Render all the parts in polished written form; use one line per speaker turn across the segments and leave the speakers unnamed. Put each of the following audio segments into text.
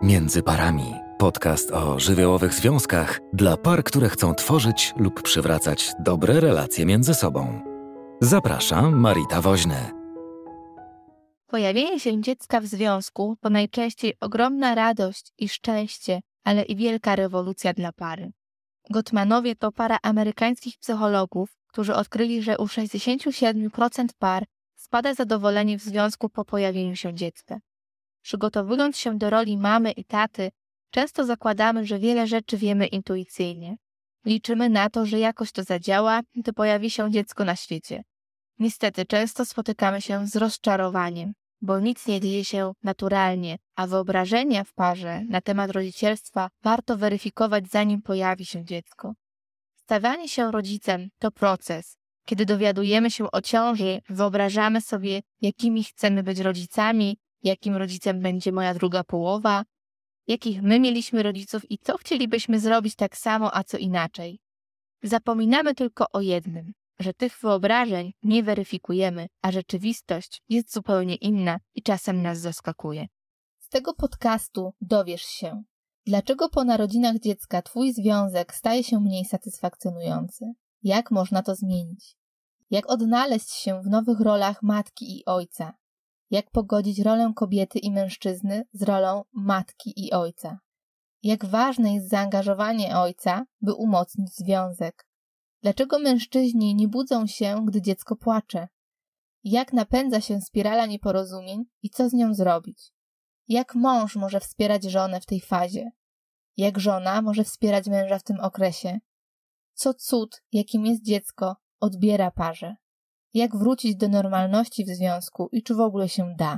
Między parami. Podcast o żywiołowych związkach dla par, które chcą tworzyć lub przywracać dobre relacje między sobą. Zapraszam, Marita Woźny.
Pojawienie się dziecka w związku to najczęściej ogromna radość i szczęście, ale i wielka rewolucja dla pary. Gottmanowie to para amerykańskich psychologów, którzy odkryli, że u 67% par spada zadowolenie w związku po pojawieniu się dziecka. Przygotowując się do roli mamy i taty, często zakładamy, że wiele rzeczy wiemy intuicyjnie. Liczymy na to, że jakoś to zadziała, gdy pojawi się dziecko na świecie. Niestety często spotykamy się z rozczarowaniem, bo nic nie dzieje się naturalnie, a wyobrażenia w parze na temat rodzicielstwa warto weryfikować, zanim pojawi się dziecko. Stawanie się rodzicem to proces. Kiedy dowiadujemy się o ciąży, wyobrażamy sobie, jakimi chcemy być rodzicami, jakim rodzicem będzie moja druga połowa, jakich my mieliśmy rodziców i co chcielibyśmy zrobić tak samo, a co inaczej. Zapominamy tylko o jednym, że tych wyobrażeń nie weryfikujemy, a rzeczywistość jest zupełnie inna i czasem nas zaskakuje. Z tego podcastu dowiesz się, dlaczego po narodzinach dziecka twój związek staje się mniej satysfakcjonujący, jak można to zmienić, jak odnaleźć się w nowych rolach matki i ojca, jak pogodzić rolę kobiety i mężczyzny z rolą matki i ojca, jak ważne jest zaangażowanie ojca, by umocnić związek, dlaczego mężczyźni nie budzą się, gdy dziecko płacze, jak napędza się spirala nieporozumień i co z nią zrobić, jak mąż może wspierać żonę w tej fazie, jak żona może wspierać męża w tym okresie, co cud, jakim jest dziecko, odbiera parze. Jak wrócić do normalności w związku i czy w ogóle się da.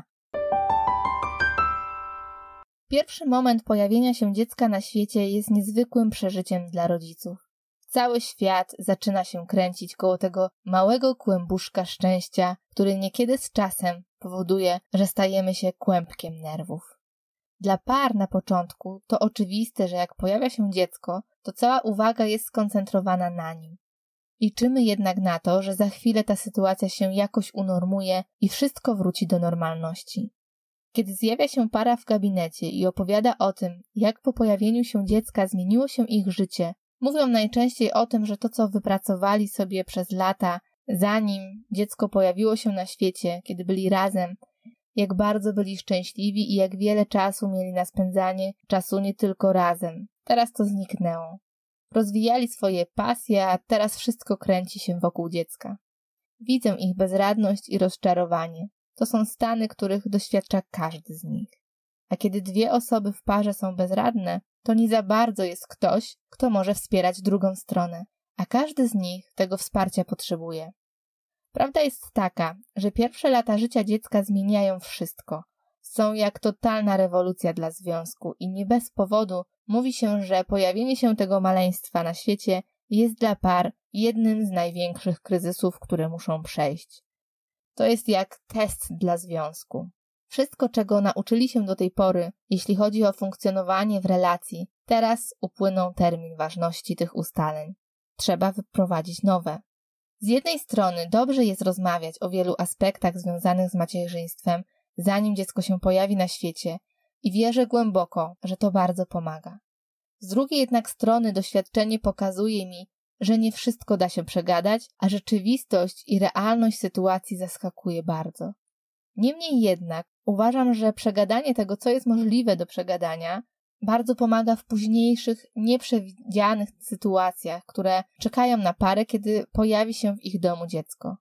Pierwszy moment pojawienia się dziecka na świecie jest niezwykłym przeżyciem dla rodziców. Cały świat zaczyna się kręcić koło tego małego kłębuszka szczęścia, który niekiedy z czasem powoduje, że stajemy się kłębkiem nerwów. Dla par na początku to oczywiste, że jak pojawia się dziecko, to cała uwaga jest skoncentrowana na nim. Liczymy jednak na to, że za chwilę ta sytuacja się jakoś unormuje i wszystko wróci do normalności. Kiedy zjawia się para w gabinecie i opowiada o tym, jak po pojawieniu się dziecka zmieniło się ich życie, mówią najczęściej o tym, że to, co wypracowali sobie przez lata, zanim dziecko pojawiło się na świecie, kiedy byli razem, jak bardzo byli szczęśliwi i jak wiele czasu mieli na spędzanie czasu nie tylko razem. Teraz to zniknęło. Rozwijali swoje pasje, a teraz wszystko kręci się wokół dziecka. Widzę ich bezradność i rozczarowanie. To są stany, których doświadcza każdy z nich. A kiedy dwie osoby w parze są bezradne, to nie za bardzo jest ktoś, kto może wspierać drugą stronę, a każdy z nich tego wsparcia potrzebuje. Prawda jest taka, że pierwsze lata życia dziecka zmieniają wszystko. Są jak totalna rewolucja dla związku i nie bez powodu mówi się, że pojawienie się tego maleństwa na świecie jest dla par jednym z największych kryzysów, które muszą przejść. To jest jak test dla związku. Wszystko, czego nauczyli się do tej pory, jeśli chodzi o funkcjonowanie w relacji, teraz upłynął termin ważności tych ustaleń. Trzeba wyprowadzić nowe. Z jednej strony dobrze jest rozmawiać o wielu aspektach związanych z macierzyństwem, zanim dziecko się pojawi na świecie i wierzę głęboko, że to bardzo pomaga. Z drugiej jednak strony doświadczenie pokazuje mi, że nie wszystko da się przegadać, a rzeczywistość i realność sytuacji zaskakuje bardzo. Niemniej jednak uważam, że przegadanie tego, co jest możliwe do przegadania, bardzo pomaga w późniejszych, nieprzewidzianych sytuacjach, które czekają na parę, kiedy pojawi się w ich domu dziecko.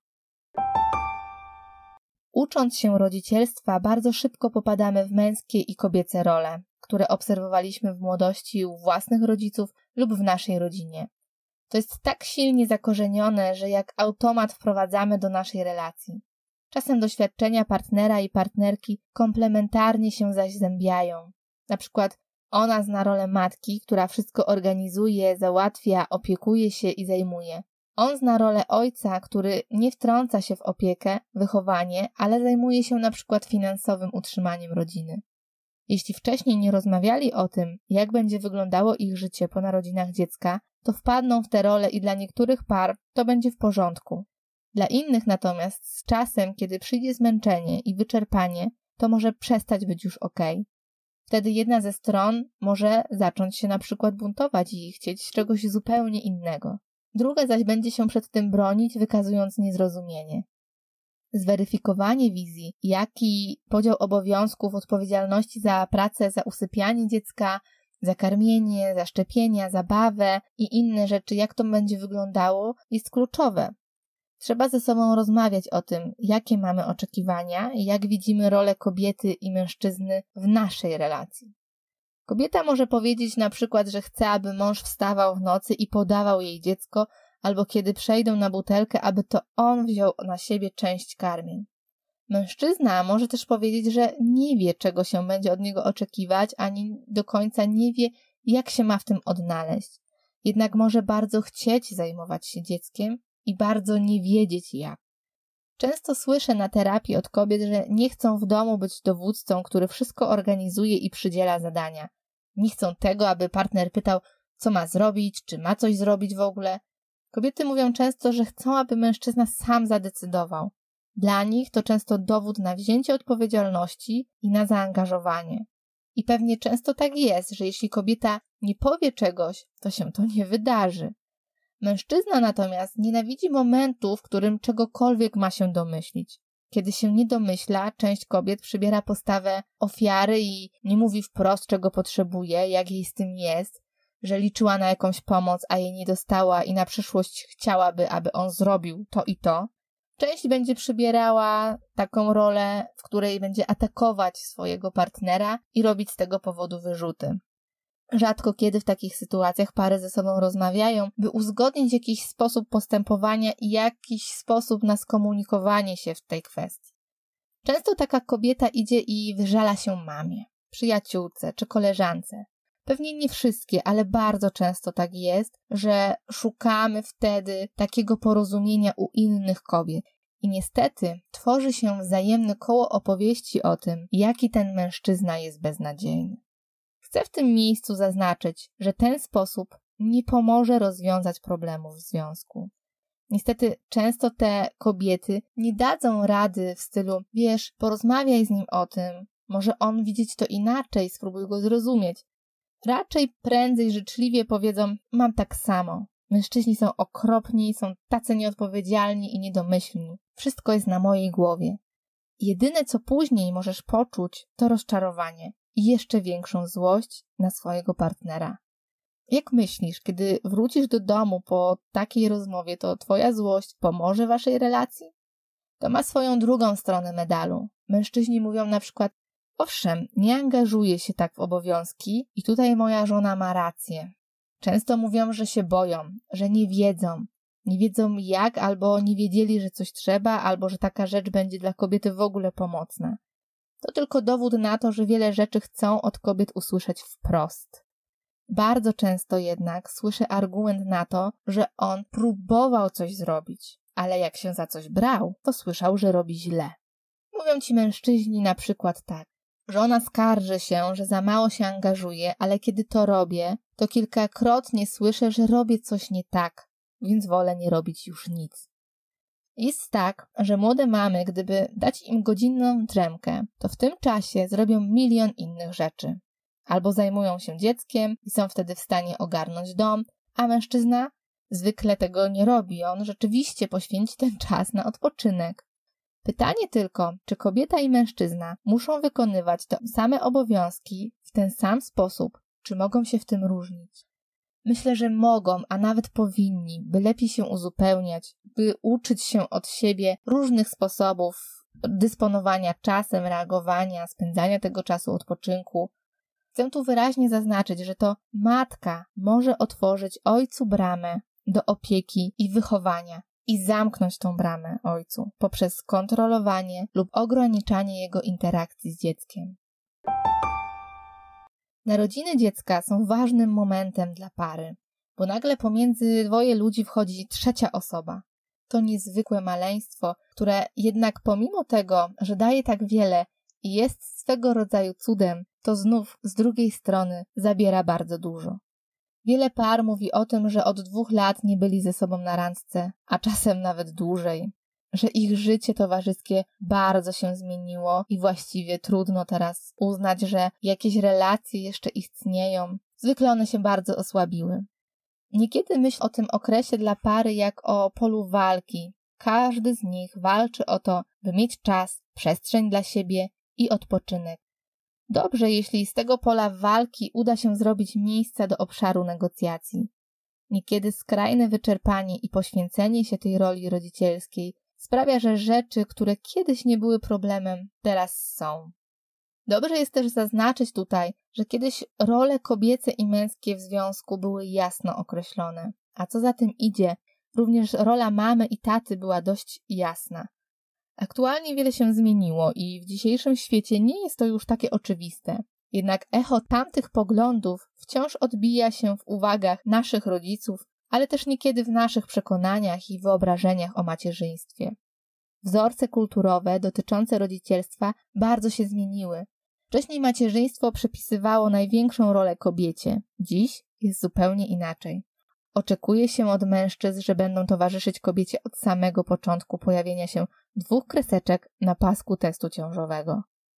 Ucząc się rodzicielstwa, bardzo szybko popadamy w męskie i kobiece role, które obserwowaliśmy w młodości u własnych rodziców lub w naszej rodzinie. To jest tak silnie zakorzenione, że jak automat wprowadzamy do naszej relacji. Czasem doświadczenia partnera i partnerki komplementarnie się zaś zębiają. Na przykład ona zna rolę matki, która wszystko organizuje, załatwia, opiekuje się i zajmuje. On zna rolę ojca, który nie wtrąca się w opiekę, wychowanie, ale zajmuje się na przykład finansowym utrzymaniem rodziny. Jeśli wcześniej nie rozmawiali o tym, jak będzie wyglądało ich życie po narodzinach dziecka, to wpadną w te role i dla niektórych par to będzie w porządku. Dla innych natomiast z czasem, kiedy przyjdzie zmęczenie i wyczerpanie, to może przestać być już okej. Wtedy jedna ze stron może zacząć się na przykład buntować i chcieć czegoś zupełnie innego. Druga zaś będzie się przed tym bronić, wykazując niezrozumienie. Zweryfikowanie wizji, jak i podział obowiązków, odpowiedzialności za pracę, za usypianie dziecka, za karmienie, za szczepienia, zabawę i inne rzeczy, jak to będzie wyglądało, jest kluczowe. Trzeba ze sobą rozmawiać o tym, jakie mamy oczekiwania i jak widzimy rolę kobiety i mężczyzny w naszej relacji. Kobieta może powiedzieć na przykład, że chce, aby mąż wstawał w nocy i podawał jej dziecko, albo kiedy przejdą na butelkę, aby to on wziął na siebie część karmień. Mężczyzna może też powiedzieć, że nie wie, czego się będzie od niego oczekiwać, ani do końca nie wie, jak się ma w tym odnaleźć. Jednak może bardzo chcieć zajmować się dzieckiem i bardzo nie wiedzieć jak. Często słyszę na terapii od kobiet, że nie chcą w domu być dowódcą, który wszystko organizuje i przydziela zadania. Nie chcą tego, aby partner pytał, co ma zrobić, czy ma coś zrobić w ogóle. Kobiety mówią często, że chcą, aby mężczyzna sam zadecydował. Dla nich to często dowód na wzięcie odpowiedzialności i na zaangażowanie. I pewnie często tak jest, że jeśli kobieta nie powie czegoś, to się to nie wydarzy. Mężczyzna natomiast nienawidzi momentu, w którym czegokolwiek ma się domyślić. Kiedy się nie domyśla, część kobiet przybiera postawę ofiary i nie mówi wprost, czego potrzebuje, jak jej z tym jest, że liczyła na jakąś pomoc, a jej nie dostała i na przyszłość chciałaby, aby on zrobił to i to. Część będzie przybierała taką rolę, w której będzie atakować swojego partnera i robić z tego powodu wyrzuty. Rzadko kiedy w takich sytuacjach pary ze sobą rozmawiają, by uzgodnić jakiś sposób postępowania i jakiś sposób na skomunikowanie się w tej kwestii. Często taka kobieta idzie i wyżala się mamie, przyjaciółce czy koleżance. Pewnie nie wszystkie, ale bardzo często tak jest, że szukamy wtedy takiego porozumienia u innych kobiet. I niestety tworzy się wzajemne koło opowieści o tym, jaki ten mężczyzna jest beznadziejny. Chcę w tym miejscu zaznaczyć, że ten sposób nie pomoże rozwiązać problemów w związku. Niestety często te kobiety nie dadzą rady w stylu, wiesz, porozmawiaj z nim o tym, może on widzieć to inaczej, spróbuj go zrozumieć. Raczej prędzej życzliwie powiedzą, mam tak samo. Mężczyźni są okropni, są tacy nieodpowiedzialni i niedomyślni. Wszystko jest na mojej głowie. Jedyne, co później możesz poczuć, to rozczarowanie i jeszcze większą złość na swojego partnera. Jak myślisz, kiedy wrócisz do domu po takiej rozmowie, to twoja złość pomoże waszej relacji? To ma swoją drugą stronę medalu. Mężczyźni mówią na przykład, owszem, nie angażuję się tak w obowiązki i tutaj moja żona ma rację. Często mówią, że się boją, że nie wiedzą jak, albo nie wiedzieli, że coś trzeba, albo że taka rzecz będzie dla kobiety w ogóle pomocna. To tylko dowód na to, że wiele rzeczy chcą od kobiet usłyszeć wprost. Bardzo często jednak słyszę argument na to, że on próbował coś zrobić, ale jak się za coś brał, to słyszał, że robi źle. Mówią ci mężczyźni na przykład tak. Żona skarży się, że za mało się angażuje, ale kiedy to robię, to kilkakrotnie słyszę, że robię coś nie tak, więc wolę nie robić już nic. Jest tak, że młode mamy, gdyby dać im godzinną drzemkę, to w tym czasie zrobią milion innych rzeczy. Albo zajmują się dzieckiem i są wtedy w stanie ogarnąć dom, a mężczyzna zwykle tego nie robi. On rzeczywiście poświęci ten czas na odpoczynek. Pytanie tylko, czy kobieta i mężczyzna muszą wykonywać te same obowiązki w ten sam sposób, czy mogą się w tym różnić? Myślę, że mogą, a nawet powinni, by lepiej się uzupełniać, by uczyć się od siebie różnych sposobów dysponowania czasem, reagowania, spędzania tego czasu odpoczynku. Chcę tu wyraźnie zaznaczyć, że to matka może otworzyć ojcu bramę do opieki i wychowania i zamknąć tą bramę ojcu poprzez kontrolowanie lub ograniczanie jego interakcji z dzieckiem. Narodziny dziecka są ważnym momentem dla pary, bo nagle pomiędzy dwoje ludzi wchodzi trzecia osoba. To niezwykłe maleństwo, które jednak pomimo tego, że daje tak wiele i jest swego rodzaju cudem, to znów z drugiej strony zabiera bardzo dużo. Wiele par mówi o tym, że od 2 lat nie byli ze sobą na randce, a czasem nawet dłużej, że ich życie towarzyskie bardzo się zmieniło i właściwie trudno teraz uznać, że jakieś relacje jeszcze istnieją. Zwykle one się bardzo osłabiły. Niekiedy myślę o tym okresie dla pary jak o polu walki. Każdy z nich walczy o to, by mieć czas, przestrzeń dla siebie i odpoczynek. Dobrze, jeśli z tego pola walki uda się zrobić miejsce do obszaru negocjacji. Niekiedy skrajne wyczerpanie i poświęcenie się tej roli rodzicielskiej sprawia, że rzeczy, które kiedyś nie były problemem, teraz są. Dobrze jest też zaznaczyć tutaj, że kiedyś role kobiece i męskie w związku były jasno określone, a co za tym idzie, również rola mamy i taty była dość jasna. Aktualnie wiele się zmieniło i w dzisiejszym świecie nie jest to już takie oczywiste. Jednak echo tamtych poglądów wciąż odbija się w uwagach naszych rodziców, ale też niekiedy w naszych przekonaniach i wyobrażeniach o macierzyństwie. Wzorce kulturowe dotyczące rodzicielstwa bardzo się zmieniły. Wcześniej macierzyństwo przypisywało największą rolę kobiecie. Dziś jest zupełnie inaczej. Oczekuje się od mężczyzn, że będą towarzyszyć kobiecie od samego początku pojawienia się 2 kreseczek na pasku testu ciążowego.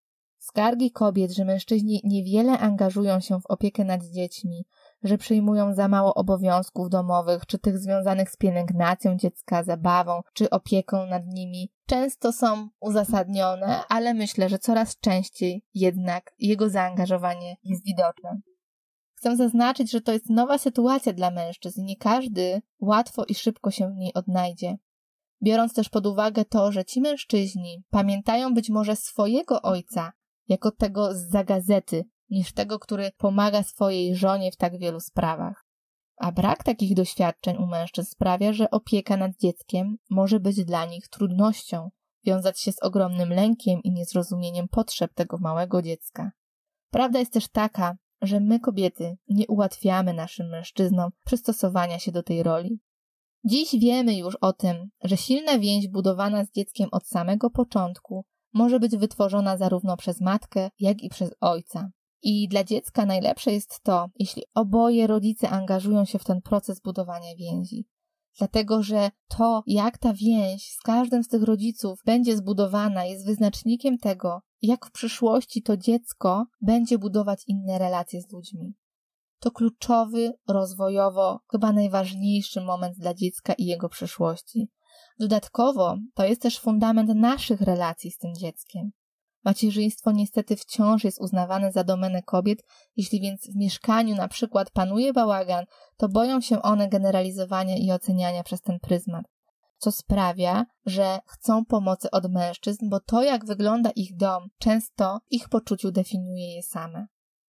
Skargi kobiet, że mężczyźni niewiele angażują się w opiekę nad dziećmi, że przyjmują za mało obowiązków domowych, czy tych związanych z pielęgnacją dziecka, zabawą, czy opieką nad nimi, często są uzasadnione, ale myślę, że coraz częściej jednak jego zaangażowanie jest widoczne. Chcę zaznaczyć, że to jest nowa sytuacja dla mężczyzn i nie każdy łatwo i szybko się w niej odnajdzie. Biorąc też pod uwagę to, że ci mężczyźni pamiętają być może swojego ojca jako tego zza gazety, niż tego, który pomaga swojej żonie w tak wielu sprawach. A brak takich doświadczeń u mężczyzn sprawia, że opieka nad dzieckiem może być dla nich trudnością, wiązać się z ogromnym lękiem i niezrozumieniem potrzeb tego małego dziecka. Prawda jest też taka, że my kobiety nie ułatwiamy naszym mężczyznom przystosowania się do tej roli. Dziś wiemy już o tym, że silna więź budowana z dzieckiem od samego początku może być wytworzona zarówno przez matkę, jak i przez ojca. I dla dziecka najlepsze jest to, jeśli oboje rodzice angażują się w ten proces budowania więzi. Dlatego, że to, jak ta więź z każdym z tych rodziców będzie zbudowana, jest wyznacznikiem tego, jak w przyszłości to dziecko będzie budować inne relacje z ludźmi. To kluczowy, rozwojowo, chyba najważniejszy moment dla dziecka i jego przyszłości. Dodatkowo to jest też fundament naszych relacji z tym dzieckiem. Macierzyństwo niestety wciąż jest uznawane za domenę kobiet, jeśli więc w mieszkaniu na przykład panuje bałagan, to boją się one generalizowania i oceniania przez ten pryzmat, co sprawia, że chcą pomocy od mężczyzn, bo to, jak wygląda ich dom, często w ich poczuciu definiuje je same.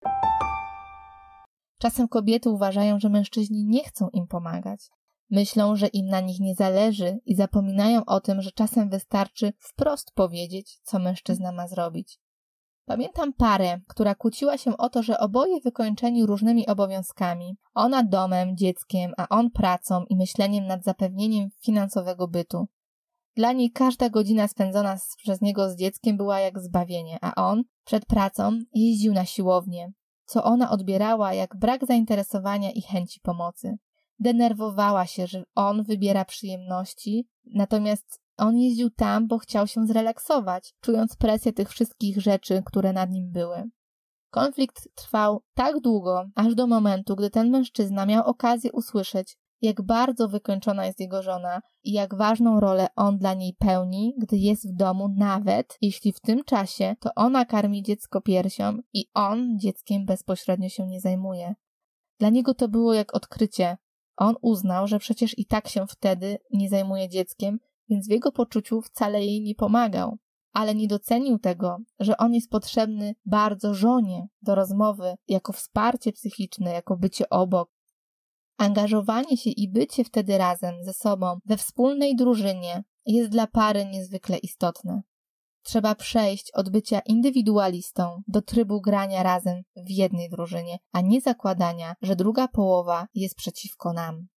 Czasem kobiety uważają, że mężczyźni nie chcą im pomagać. Myślą, że im na nich nie zależy i zapominają o tym, że czasem wystarczy wprost powiedzieć, co mężczyzna ma zrobić. Pamiętam parę, która kłóciła się o to, że oboje wykończeni różnymi obowiązkami, ona domem, dzieckiem, a on pracą i myśleniem nad zapewnieniem finansowego bytu. Dla niej każda godzina spędzona przez niego z dzieckiem była jak zbawienie, a on przed pracą jeździł na siłownię, co ona odbierała jak brak zainteresowania i chęci pomocy. Denerwowała się, że on wybiera przyjemności, natomiast on jeździł tam, bo chciał się zrelaksować, czując presję tych wszystkich rzeczy, które nad nim były. Konflikt trwał tak długo, aż do momentu, gdy ten mężczyzna miał okazję usłyszeć, jak bardzo wykończona jest jego żona i jak ważną rolę on dla niej pełni, gdy jest w domu, nawet jeśli w tym czasie to ona karmi dziecko piersią i on dzieckiem bezpośrednio się nie zajmuje. Dla niego to było jak odkrycie. On uznał, że przecież i tak się wtedy nie zajmuje dzieckiem, więc w jego poczuciu wcale jej nie pomagał. Ale nie docenił tego, że on jest potrzebny bardzo żonie do rozmowy, jako wsparcie psychiczne, jako bycie obok. Angażowanie się i bycie wtedy razem ze sobą we wspólnej drużynie jest dla pary niezwykle istotne. Trzeba przejść od bycia indywidualistą do trybu grania razem w jednej drużynie, a nie zakładania, że druga połowa jest przeciwko nam.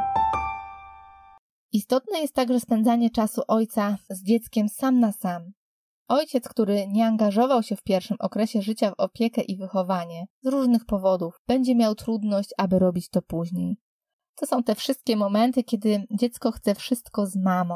Istotne jest także spędzanie czasu ojca z dzieckiem sam na sam. Ojciec, który nie angażował się w pierwszym okresie życia w opiekę i wychowanie, z różnych powodów, będzie miał trudność, aby robić to później. To są te wszystkie momenty, kiedy dziecko chce wszystko z mamą,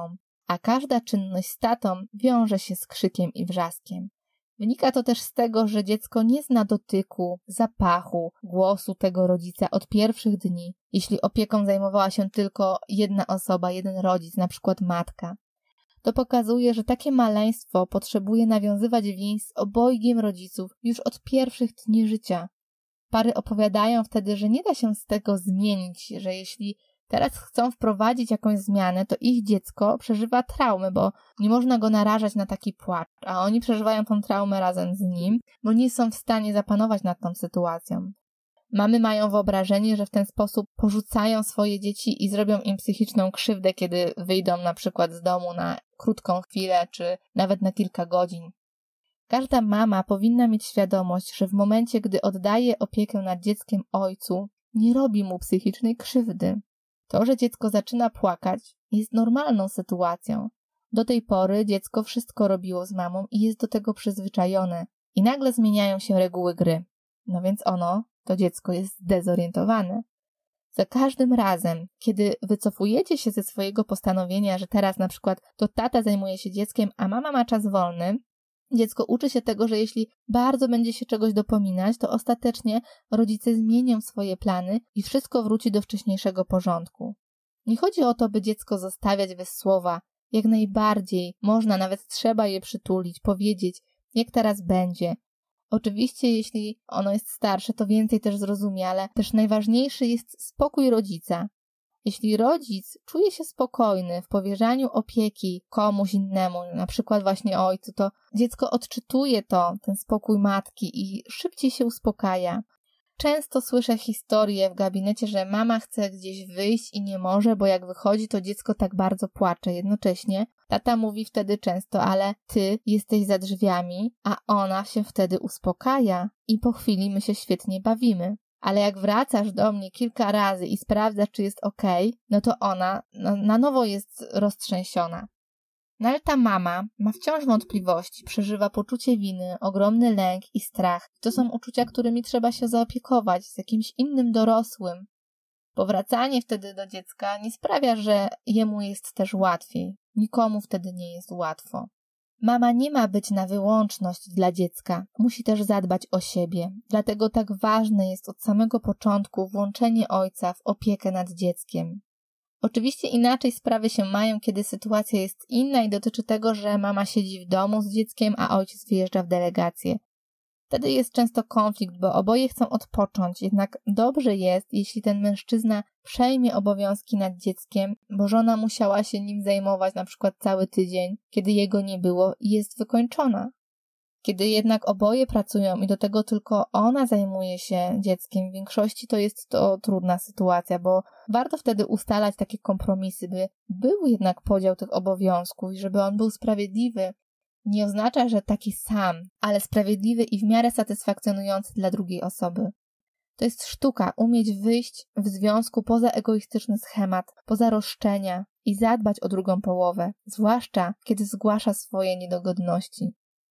a każda czynność z tatą wiąże się z krzykiem i wrzaskiem. Wynika to też z tego, że dziecko nie zna dotyku, zapachu, głosu tego rodzica od pierwszych dni, jeśli opieką zajmowała się tylko jedna osoba, jeden rodzic, na przykład matka. To pokazuje, że takie maleństwo potrzebuje nawiązywać więź z obojgiem rodziców już od pierwszych dni życia. Pary opowiadają wtedy, że nie da się z tego zmienić, że jeśli teraz chcą wprowadzić jakąś zmianę, to ich dziecko przeżywa traumy, bo nie można go narażać na taki płacz, a oni przeżywają tą traumę razem z nim, bo nie są w stanie zapanować nad tą sytuacją. Mamy mają wyobrażenie, że w ten sposób porzucają swoje dzieci i zrobią im psychiczną krzywdę, kiedy wyjdą na przykład z domu na krótką chwilę, czy nawet na kilka godzin. Każda mama powinna mieć świadomość, że w momencie, gdy oddaje opiekę nad dzieckiem ojcu, nie robi mu psychicznej krzywdy. To, że dziecko zaczyna płakać, jest normalną sytuacją. Do tej pory dziecko wszystko robiło z mamą i jest do tego przyzwyczajone. I nagle zmieniają się reguły gry. No więc to dziecko jest zdezorientowane. Za każdym razem, kiedy wycofujecie się ze swojego postanowienia, że teraz na przykład to tata zajmuje się dzieckiem, a mama ma czas wolny, dziecko uczy się tego, że jeśli bardzo będzie się czegoś dopominać, to ostatecznie rodzice zmienią swoje plany i wszystko wróci do wcześniejszego porządku. Nie chodzi o to, by dziecko zostawiać bez słowa. Jak najbardziej można, nawet trzeba je przytulić, powiedzieć, jak teraz będzie. Oczywiście, jeśli ono jest starsze, to więcej też zrozumie, ale też najważniejszy jest spokój rodzica. Jeśli rodzic czuje się spokojny w powierzaniu opieki komuś innemu, na przykład właśnie ojcu, to dziecko odczytuje ten spokój matki i szybciej się uspokaja. Często słyszę historię w gabinecie, że mama chce gdzieś wyjść i nie może, bo jak wychodzi, to dziecko tak bardzo płacze. Jednocześnie tata mówi wtedy często, ale ty jesteś za drzwiami, a ona się wtedy uspokaja i po chwili my się świetnie bawimy. Ale jak wracasz do mnie kilka razy i sprawdzasz, czy jest okej, no to ona na nowo jest roztrzęsiona. No ale ta mama ma wciąż wątpliwości, przeżywa poczucie winy, ogromny lęk i strach. To są uczucia, którymi trzeba się zaopiekować z jakimś innym dorosłym. Powracanie wtedy do dziecka nie sprawia, że jemu jest też łatwiej. Nikomu wtedy nie jest łatwo. Mama nie ma być na wyłączność dla dziecka, musi też zadbać o siebie. Dlatego tak ważne jest od samego początku włączenie ojca w opiekę nad dzieckiem. Oczywiście inaczej sprawy się mają, kiedy sytuacja jest inna i dotyczy tego, że mama siedzi w domu z dzieckiem, a ojciec wyjeżdża w delegację. Wtedy jest często konflikt, bo oboje chcą odpocząć, jednak dobrze jest, jeśli ten mężczyzna przejmie obowiązki nad dzieckiem, bo żona musiała się nim zajmować na przykład cały tydzień, kiedy jego nie było i jest wykończona. Kiedy jednak oboje pracują i do tego tylko ona zajmuje się dzieckiem, w większości to jest to trudna sytuacja, bo warto wtedy ustalać takie kompromisy, by był jednak podział tych obowiązków i żeby on był sprawiedliwy. Nie oznacza, że taki sam, ale sprawiedliwy i w miarę satysfakcjonujący dla drugiej osoby. To jest sztuka, umieć wyjść w związku poza egoistyczny schemat, poza roszczenia i zadbać o drugą połowę, zwłaszcza kiedy zgłasza swoje niedogodności.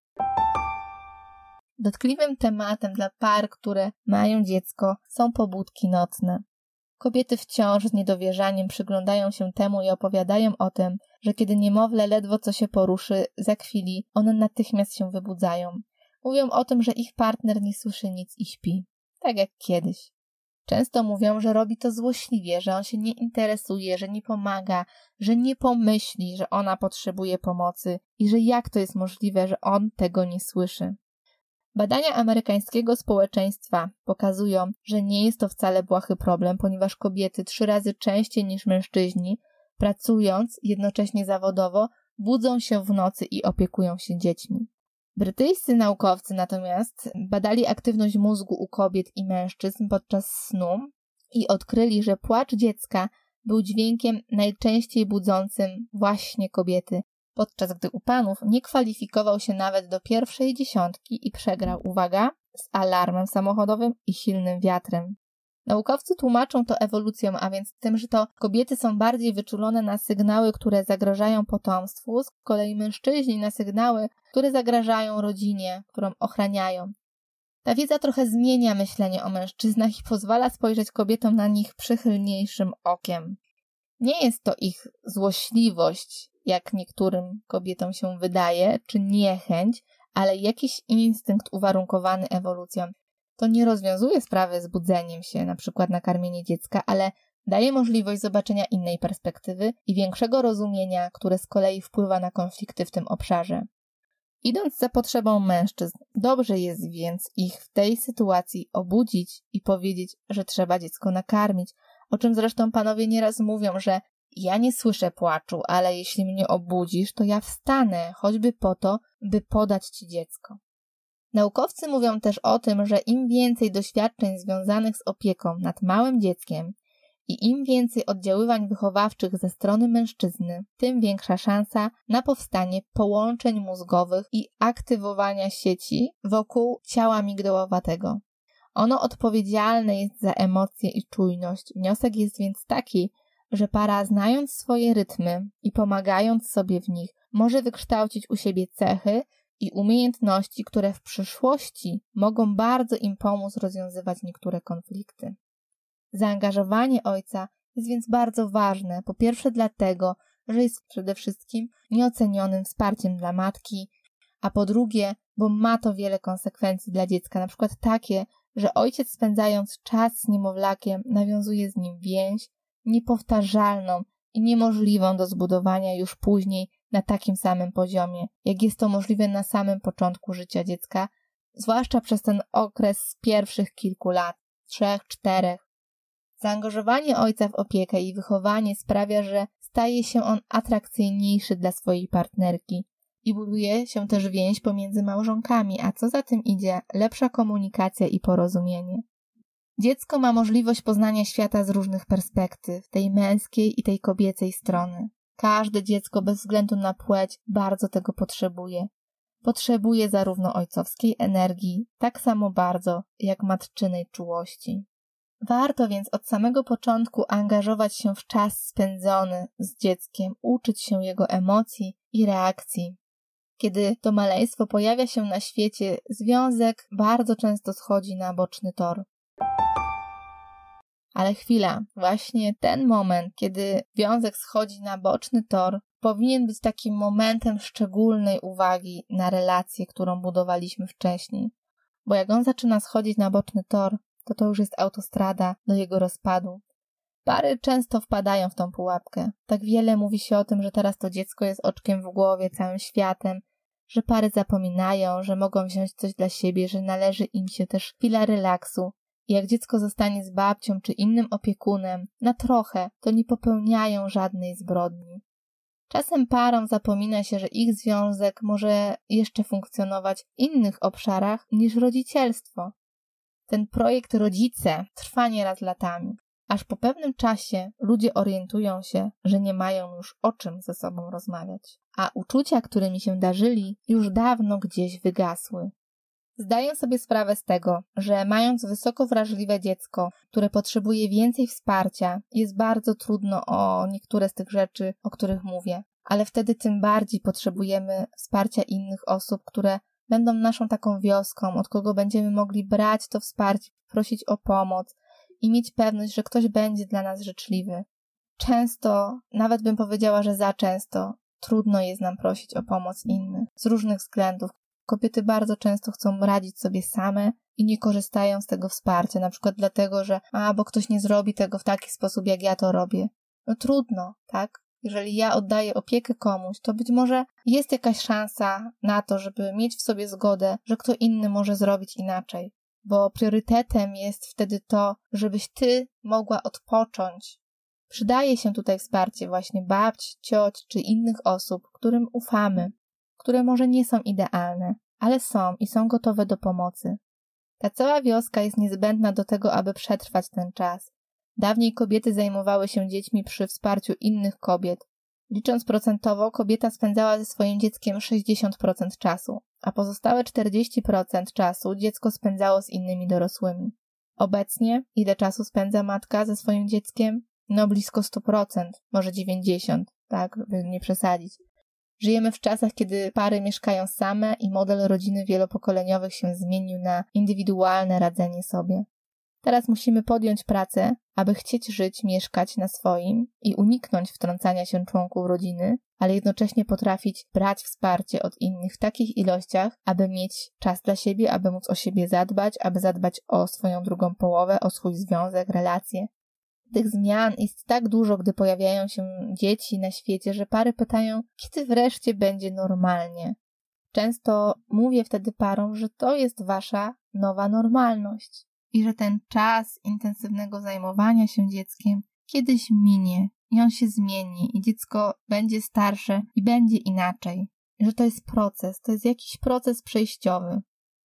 Dotkliwym tematem dla par, które mają dziecko, są pobudki nocne. Kobiety wciąż z niedowierzaniem przyglądają się temu i opowiadają o tym, że kiedy niemowlę ledwo co się poruszy, zakwili, one natychmiast się wybudzają. Mówią o tym, że ich partner nie słyszy nic i śpi. Tak jak kiedyś. Często mówią, że robi to złośliwie, że on się nie interesuje, że nie pomaga, że nie pomyśli, że ona potrzebuje pomocy i że jak to jest możliwe, że on tego nie słyszy. Badania amerykańskiego społeczeństwa pokazują, że nie jest to wcale błahy problem, ponieważ kobiety 3 razy częściej niż mężczyźni, pracując jednocześnie zawodowo, budzą się w nocy i opiekują się dziećmi. Brytyjscy naukowcy natomiast badali aktywność mózgu u kobiet i mężczyzn podczas snu i odkryli, że płacz dziecka był dźwiękiem najczęściej budzącym właśnie kobiety, podczas gdy u panów nie kwalifikował się nawet do pierwszej 10 i przegrał, uwaga, z alarmem samochodowym i silnym wiatrem. Naukowcy tłumaczą to ewolucją, a więc tym, że to kobiety są bardziej wyczulone na sygnały, które zagrażają potomstwu, z kolei mężczyźni na sygnały, które zagrażają rodzinie, którą ochraniają. Ta wiedza trochę zmienia myślenie o mężczyznach i pozwala spojrzeć kobietom na nich przychylniejszym okiem. Nie jest to ich złośliwość jak niektórym kobietom się wydaje, czy niechęć, ale jakiś instynkt uwarunkowany ewolucją. To nie rozwiązuje sprawy z budzeniem się, na przykład na karmienie dziecka, ale daje możliwość zobaczenia innej perspektywy i większego rozumienia, które z kolei wpływa na konflikty w tym obszarze. Idąc za potrzebą mężczyzn, dobrze jest więc ich w tej sytuacji obudzić i powiedzieć, że trzeba dziecko nakarmić, o czym zresztą panowie nieraz mówią, że ja nie słyszę płaczu, ale jeśli mnie obudzisz, to ja wstanę, choćby po to, by podać ci dziecko. Naukowcy mówią też o tym, że im więcej doświadczeń związanych z opieką nad małym dzieckiem i im więcej oddziaływań wychowawczych ze strony mężczyzny, tym większa szansa na powstanie połączeń mózgowych i aktywowania sieci wokół ciała migdałowatego. Ono odpowiedzialne jest za emocje i czujność. Wniosek jest więc taki, że para, znając swoje rytmy i pomagając sobie w nich, może wykształcić u siebie cechy i umiejętności, które w przyszłości mogą bardzo im pomóc rozwiązywać niektóre konflikty. Zaangażowanie ojca jest więc bardzo ważne, po pierwsze dlatego, że jest przede wszystkim nieocenionym wsparciem dla matki, a po drugie, bo ma to wiele konsekwencji dla dziecka, na przykład takie, że ojciec spędzając czas z niemowlakiem nawiązuje z nim więź niepowtarzalną i niemożliwą do zbudowania już później na takim samym poziomie, jak jest to możliwe na samym początku życia dziecka, zwłaszcza przez ten okres pierwszych kilku lat, 3-4. Zaangażowanie ojca w opiekę i wychowanie sprawia, że staje się on atrakcyjniejszy dla swojej partnerki i buduje się też więź pomiędzy małżonkami, a co za tym idzie, lepsza komunikacja i porozumienie. Dziecko ma możliwość poznania świata z różnych perspektyw, tej męskiej i tej kobiecej strony. Każde dziecko bez względu na płeć bardzo tego potrzebuje. Potrzebuje zarówno ojcowskiej energii, tak samo bardzo jak matczynej czułości. Warto więc od samego początku angażować się w czas spędzony z dzieckiem, uczyć się jego emocji i reakcji. Kiedy to maleństwo pojawia się na świecie, związek bardzo często schodzi na boczny tor. Ale chwila, właśnie ten moment, kiedy związek schodzi na boczny tor, powinien być takim momentem szczególnej uwagi na relację, którą budowaliśmy wcześniej. Bo jak on zaczyna schodzić na boczny tor, to już jest autostrada do jego rozpadu. Pary często wpadają w tą pułapkę. Tak wiele mówi się o tym, że teraz to dziecko jest oczkiem w głowie, całym światem, że pary zapominają, że mogą wziąć coś dla siebie, że należy im się też chwila relaksu. I jak dziecko zostanie z babcią czy innym opiekunem na trochę, to nie popełniają żadnej zbrodni. Czasem parom zapomina się, że ich związek może jeszcze funkcjonować w innych obszarach niż rodzicielstwo. Ten projekt rodzice trwa nieraz latami, aż po pewnym czasie ludzie orientują się, że nie mają już o czym ze sobą rozmawiać, a uczucia, którymi się darzyli, już dawno gdzieś wygasły. Zdaję sobie sprawę z tego, że mając wysoko wrażliwe dziecko, które potrzebuje więcej wsparcia, jest bardzo trudno o niektóre z tych rzeczy, o których mówię, ale wtedy tym bardziej potrzebujemy wsparcia innych osób, które będą naszą taką wioską, od kogo będziemy mogli brać to wsparcie, prosić o pomoc i mieć pewność, że ktoś będzie dla nas życzliwy. Często, nawet bym powiedziała, że za często, trudno jest nam prosić o pomoc innych z różnych względów. Kobiety bardzo często chcą radzić sobie same i nie korzystają z tego wsparcia, na przykład dlatego, że bo ktoś nie zrobi tego w taki sposób, jak ja to robię. No trudno, tak? Jeżeli ja oddaję opiekę komuś, to być może jest jakaś szansa na to, żeby mieć w sobie zgodę, że kto inny może zrobić inaczej. Bo priorytetem jest wtedy to, żebyś ty mogła odpocząć. Przydaje się tutaj wsparcie właśnie babci, cioć czy innych osób, którym ufamy, które może nie są idealne, ale są i są gotowe do pomocy. Ta cała wioska jest niezbędna do tego, aby przetrwać ten czas. Dawniej kobiety zajmowały się dziećmi przy wsparciu innych kobiet. Licząc procentowo, kobieta spędzała ze swoim dzieckiem 60% czasu, a pozostałe 40% czasu dziecko spędzało z innymi dorosłymi. Obecnie ile czasu spędza matka ze swoim dzieckiem? No blisko 100%, może 90%, tak, żeby nie przesadzić. Żyjemy w czasach, kiedy pary mieszkają same i model rodziny wielopokoleniowych się zmienił na indywidualne radzenie sobie. Teraz musimy podjąć pracę, aby chcieć żyć, mieszkać na swoim i uniknąć wtrącania się członków rodziny, ale jednocześnie potrafić brać wsparcie od innych w takich ilościach, aby mieć czas dla siebie, aby móc o siebie zadbać, aby zadbać o swoją drugą połowę, o swój związek, relacje. Tych zmian jest tak dużo, gdy pojawiają się dzieci na świecie, że pary pytają, kiedy wreszcie będzie normalnie. Często mówię wtedy parom, że to jest wasza nowa normalność i że ten czas intensywnego zajmowania się dzieckiem kiedyś minie i on się zmieni i dziecko będzie starsze i będzie inaczej. Że to jest proces, to jest jakiś proces przejściowy.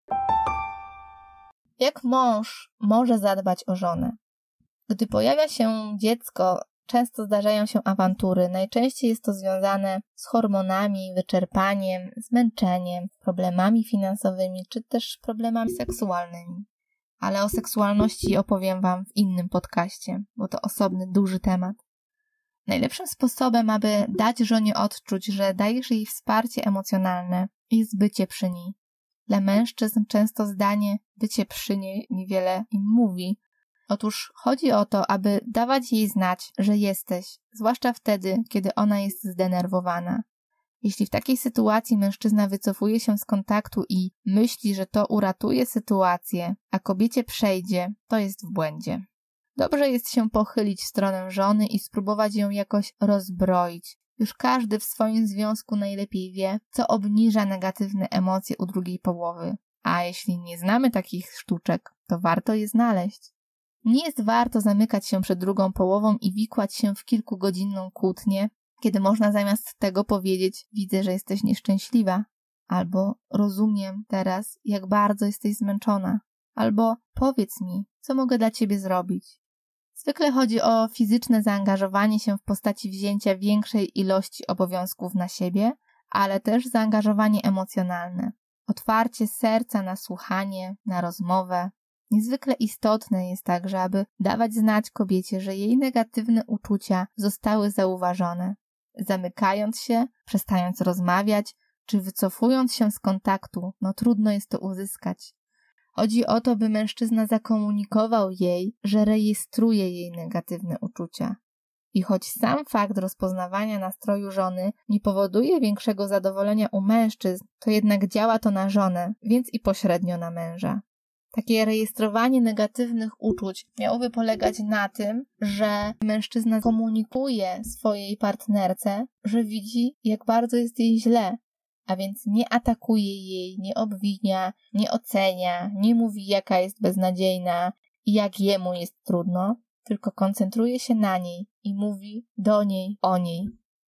Jak mąż może zadbać o żonę? Gdy pojawia się dziecko, często zdarzają się awantury. Najczęściej jest to związane z hormonami, wyczerpaniem, zmęczeniem, problemami finansowymi czy też problemami seksualnymi. Ale o seksualności opowiem Wam w innym podcaście, bo to osobny, duży temat. Najlepszym sposobem, aby dać żonie odczuć, że dajesz jej wsparcie emocjonalne, jest bycie przy niej. Dla mężczyzn często zdanie bycie przy niej niewiele im mówi. Otóż chodzi o to, aby dawać jej znać, że jesteś, zwłaszcza wtedy, kiedy ona jest zdenerwowana. Jeśli w takiej sytuacji mężczyzna wycofuje się z kontaktu i myśli, że to uratuje sytuację, a kobiecie przejdzie, to jest w błędzie. Dobrze jest się pochylić w stronę żony i spróbować ją jakoś rozbroić. Już każdy w swoim związku najlepiej wie, co obniża negatywne emocje u drugiej połowy. A jeśli nie znamy takich sztuczek, to warto je znaleźć. Nie jest warto zamykać się przed drugą połową i wikłać się w kilkugodzinną kłótnię, kiedy można zamiast tego powiedzieć: widzę, że jesteś nieszczęśliwa, albo rozumiem teraz, jak bardzo jesteś zmęczona, albo powiedz mi, co mogę dla ciebie zrobić. Zwykle chodzi o fizyczne zaangażowanie się w postaci wzięcia większej ilości obowiązków na siebie, ale też zaangażowanie emocjonalne, otwarcie serca na słuchanie, na rozmowę. Niezwykle istotne jest także, aby dawać znać kobiecie, że jej negatywne uczucia zostały zauważone. Zamykając się, przestając rozmawiać, czy wycofując się z kontaktu, trudno jest to uzyskać. Chodzi o to, by mężczyzna zakomunikował jej, że rejestruje jej negatywne uczucia. I choć sam fakt rozpoznawania nastroju żony nie powoduje większego zadowolenia u mężczyzn, to jednak działa to na żonę, więc i pośrednio na męża. Takie rejestrowanie negatywnych uczuć miałoby polegać na tym, że mężczyzna komunikuje swojej partnerce, że widzi, jak bardzo jest jej źle, a więc nie atakuje jej, nie obwinia, nie ocenia, nie mówi, jaka jest beznadziejna i jak jemu jest trudno, tylko koncentruje się na niej i mówi do niej, o niej.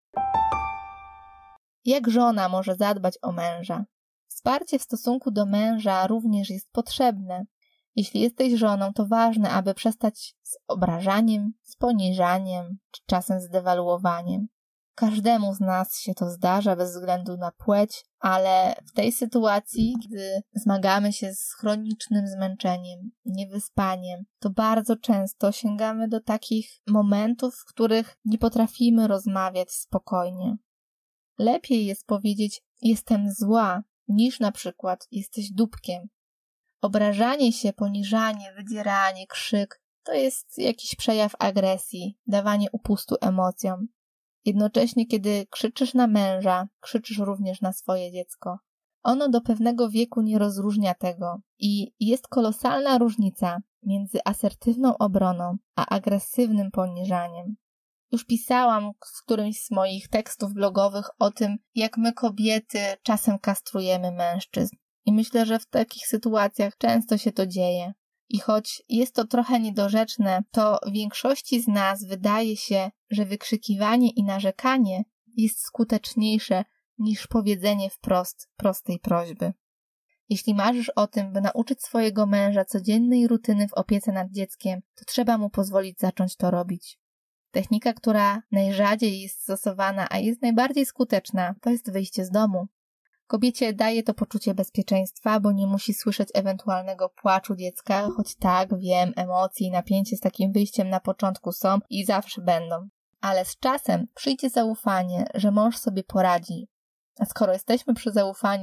Jak żona może zadbać o męża? Wsparcie w stosunku do męża również jest potrzebne. Jeśli jesteś żoną, to ważne, aby przestać z obrażaniem, z poniżaniem, czy czasem z dewaluowaniem. Każdemu z nas się to zdarza bez względu na płeć, ale w tej sytuacji, gdy zmagamy się z chronicznym zmęczeniem, niewyspaniem, to bardzo często sięgamy do takich momentów, w których nie potrafimy rozmawiać spokojnie. Lepiej jest powiedzieć: jestem zła, niż na przykład jesteś dupkiem. Obrażanie się, poniżanie, wydzieranie, krzyk to jest jakiś przejaw agresji, dawanie upustu emocjom. Jednocześnie, kiedy krzyczysz na męża, krzyczysz również na swoje dziecko. Ono do pewnego wieku nie rozróżnia tego i jest kolosalna różnica między asertywną obroną a agresywnym poniżaniem. Już pisałam w którymś z moich tekstów blogowych o tym, jak my kobiety czasem kastrujemy mężczyzn. I myślę, że w takich sytuacjach często się to dzieje. I choć jest to trochę niedorzeczne, to większości z nas wydaje się, że wykrzykiwanie i narzekanie jest skuteczniejsze niż powiedzenie wprost prostej prośby. Jeśli marzysz o tym, by nauczyć swojego męża codziennej rutyny w opiece nad dzieckiem, to trzeba mu pozwolić zacząć to robić. Technika, która najrzadziej jest stosowana, a jest najbardziej skuteczna, to jest wyjście z domu. Kobiecie daje to poczucie bezpieczeństwa, bo nie musi słyszeć ewentualnego płaczu dziecka, choć tak, wiem, emocje i napięcie z takim wyjściem na początku są i zawsze będą. Ale z czasem przyjdzie zaufanie, że mąż sobie poradzi. A skoro jesteśmy przy zaufaniu, to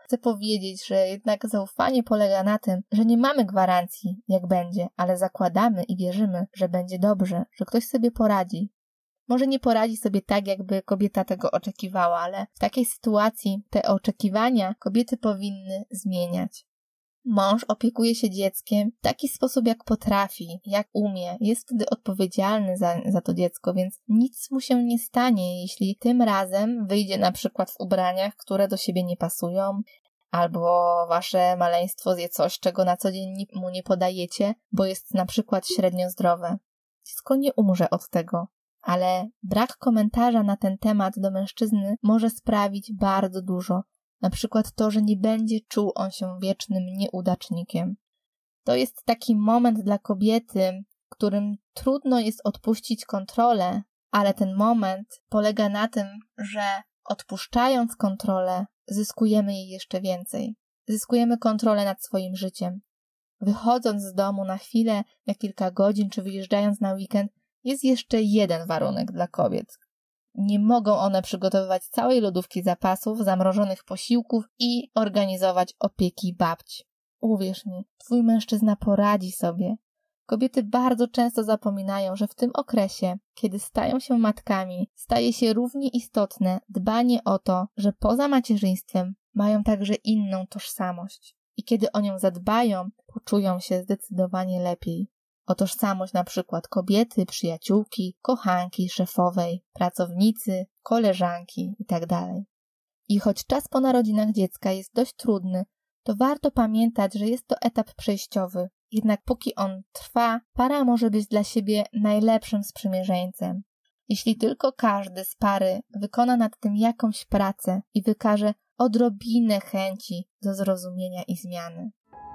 chcę powiedzieć, że jednak zaufanie polega na tym, że nie mamy gwarancji, jak będzie, ale zakładamy i wierzymy, że będzie dobrze, że ktoś sobie poradzi. Może nie poradzi sobie tak, jakby kobieta tego oczekiwała, ale w takiej sytuacji te oczekiwania kobiety powinny zmieniać. Mąż opiekuje się dzieckiem w taki sposób, jak potrafi, jak umie. Jest wtedy odpowiedzialny za to dziecko, więc nic mu się nie stanie, jeśli tym razem wyjdzie na przykład w ubraniach, które do siebie nie pasują, albo wasze maleństwo zje coś, czego na co dzień mu nie podajecie, bo jest na przykład średnio zdrowe. Dziecko nie umrze od tego, ale brak komentarza na ten temat do mężczyzny może sprawić bardzo dużo. Na przykład to, że nie będzie czuł on się wiecznym nieudacznikiem. To jest taki moment dla kobiety, w którym trudno jest odpuścić kontrolę, ale ten moment polega na tym, że odpuszczając kontrolę, zyskujemy jej jeszcze więcej. Zyskujemy kontrolę nad swoim życiem. Wychodząc z domu na chwilę, na kilka godzin, czy wyjeżdżając na weekend, jest jeszcze jeden warunek dla kobiet. Nie mogą one przygotowywać całej lodówki zapasów, zamrożonych posiłków i organizować opieki babci. Uwierz mi, twój mężczyzna poradzi sobie. Kobiety bardzo często zapominają, że w tym okresie, kiedy stają się matkami, staje się równie istotne dbanie o to, że poza macierzyństwem mają także inną tożsamość. I kiedy o nią zadbają, poczują się zdecydowanie lepiej. O tożsamość na przykład kobiety, przyjaciółki, kochanki, szefowej, pracownicy, koleżanki itd. I choć czas po narodzinach dziecka jest dość trudny, to warto pamiętać, że jest to etap przejściowy. Jednak póki on trwa, para może być dla siebie najlepszym sprzymierzeńcem. Jeśli tylko każdy z pary wykona nad tym jakąś pracę i wykaże odrobinę chęci do zrozumienia i zmiany.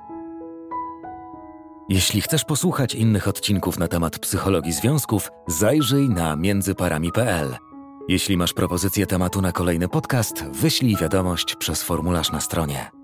Jeśli chcesz posłuchać innych odcinków na temat psychologii związków, zajrzyj na międzyparami.pl. Jeśli masz propozycję tematu na kolejny podcast, wyślij wiadomość przez formularz na stronie.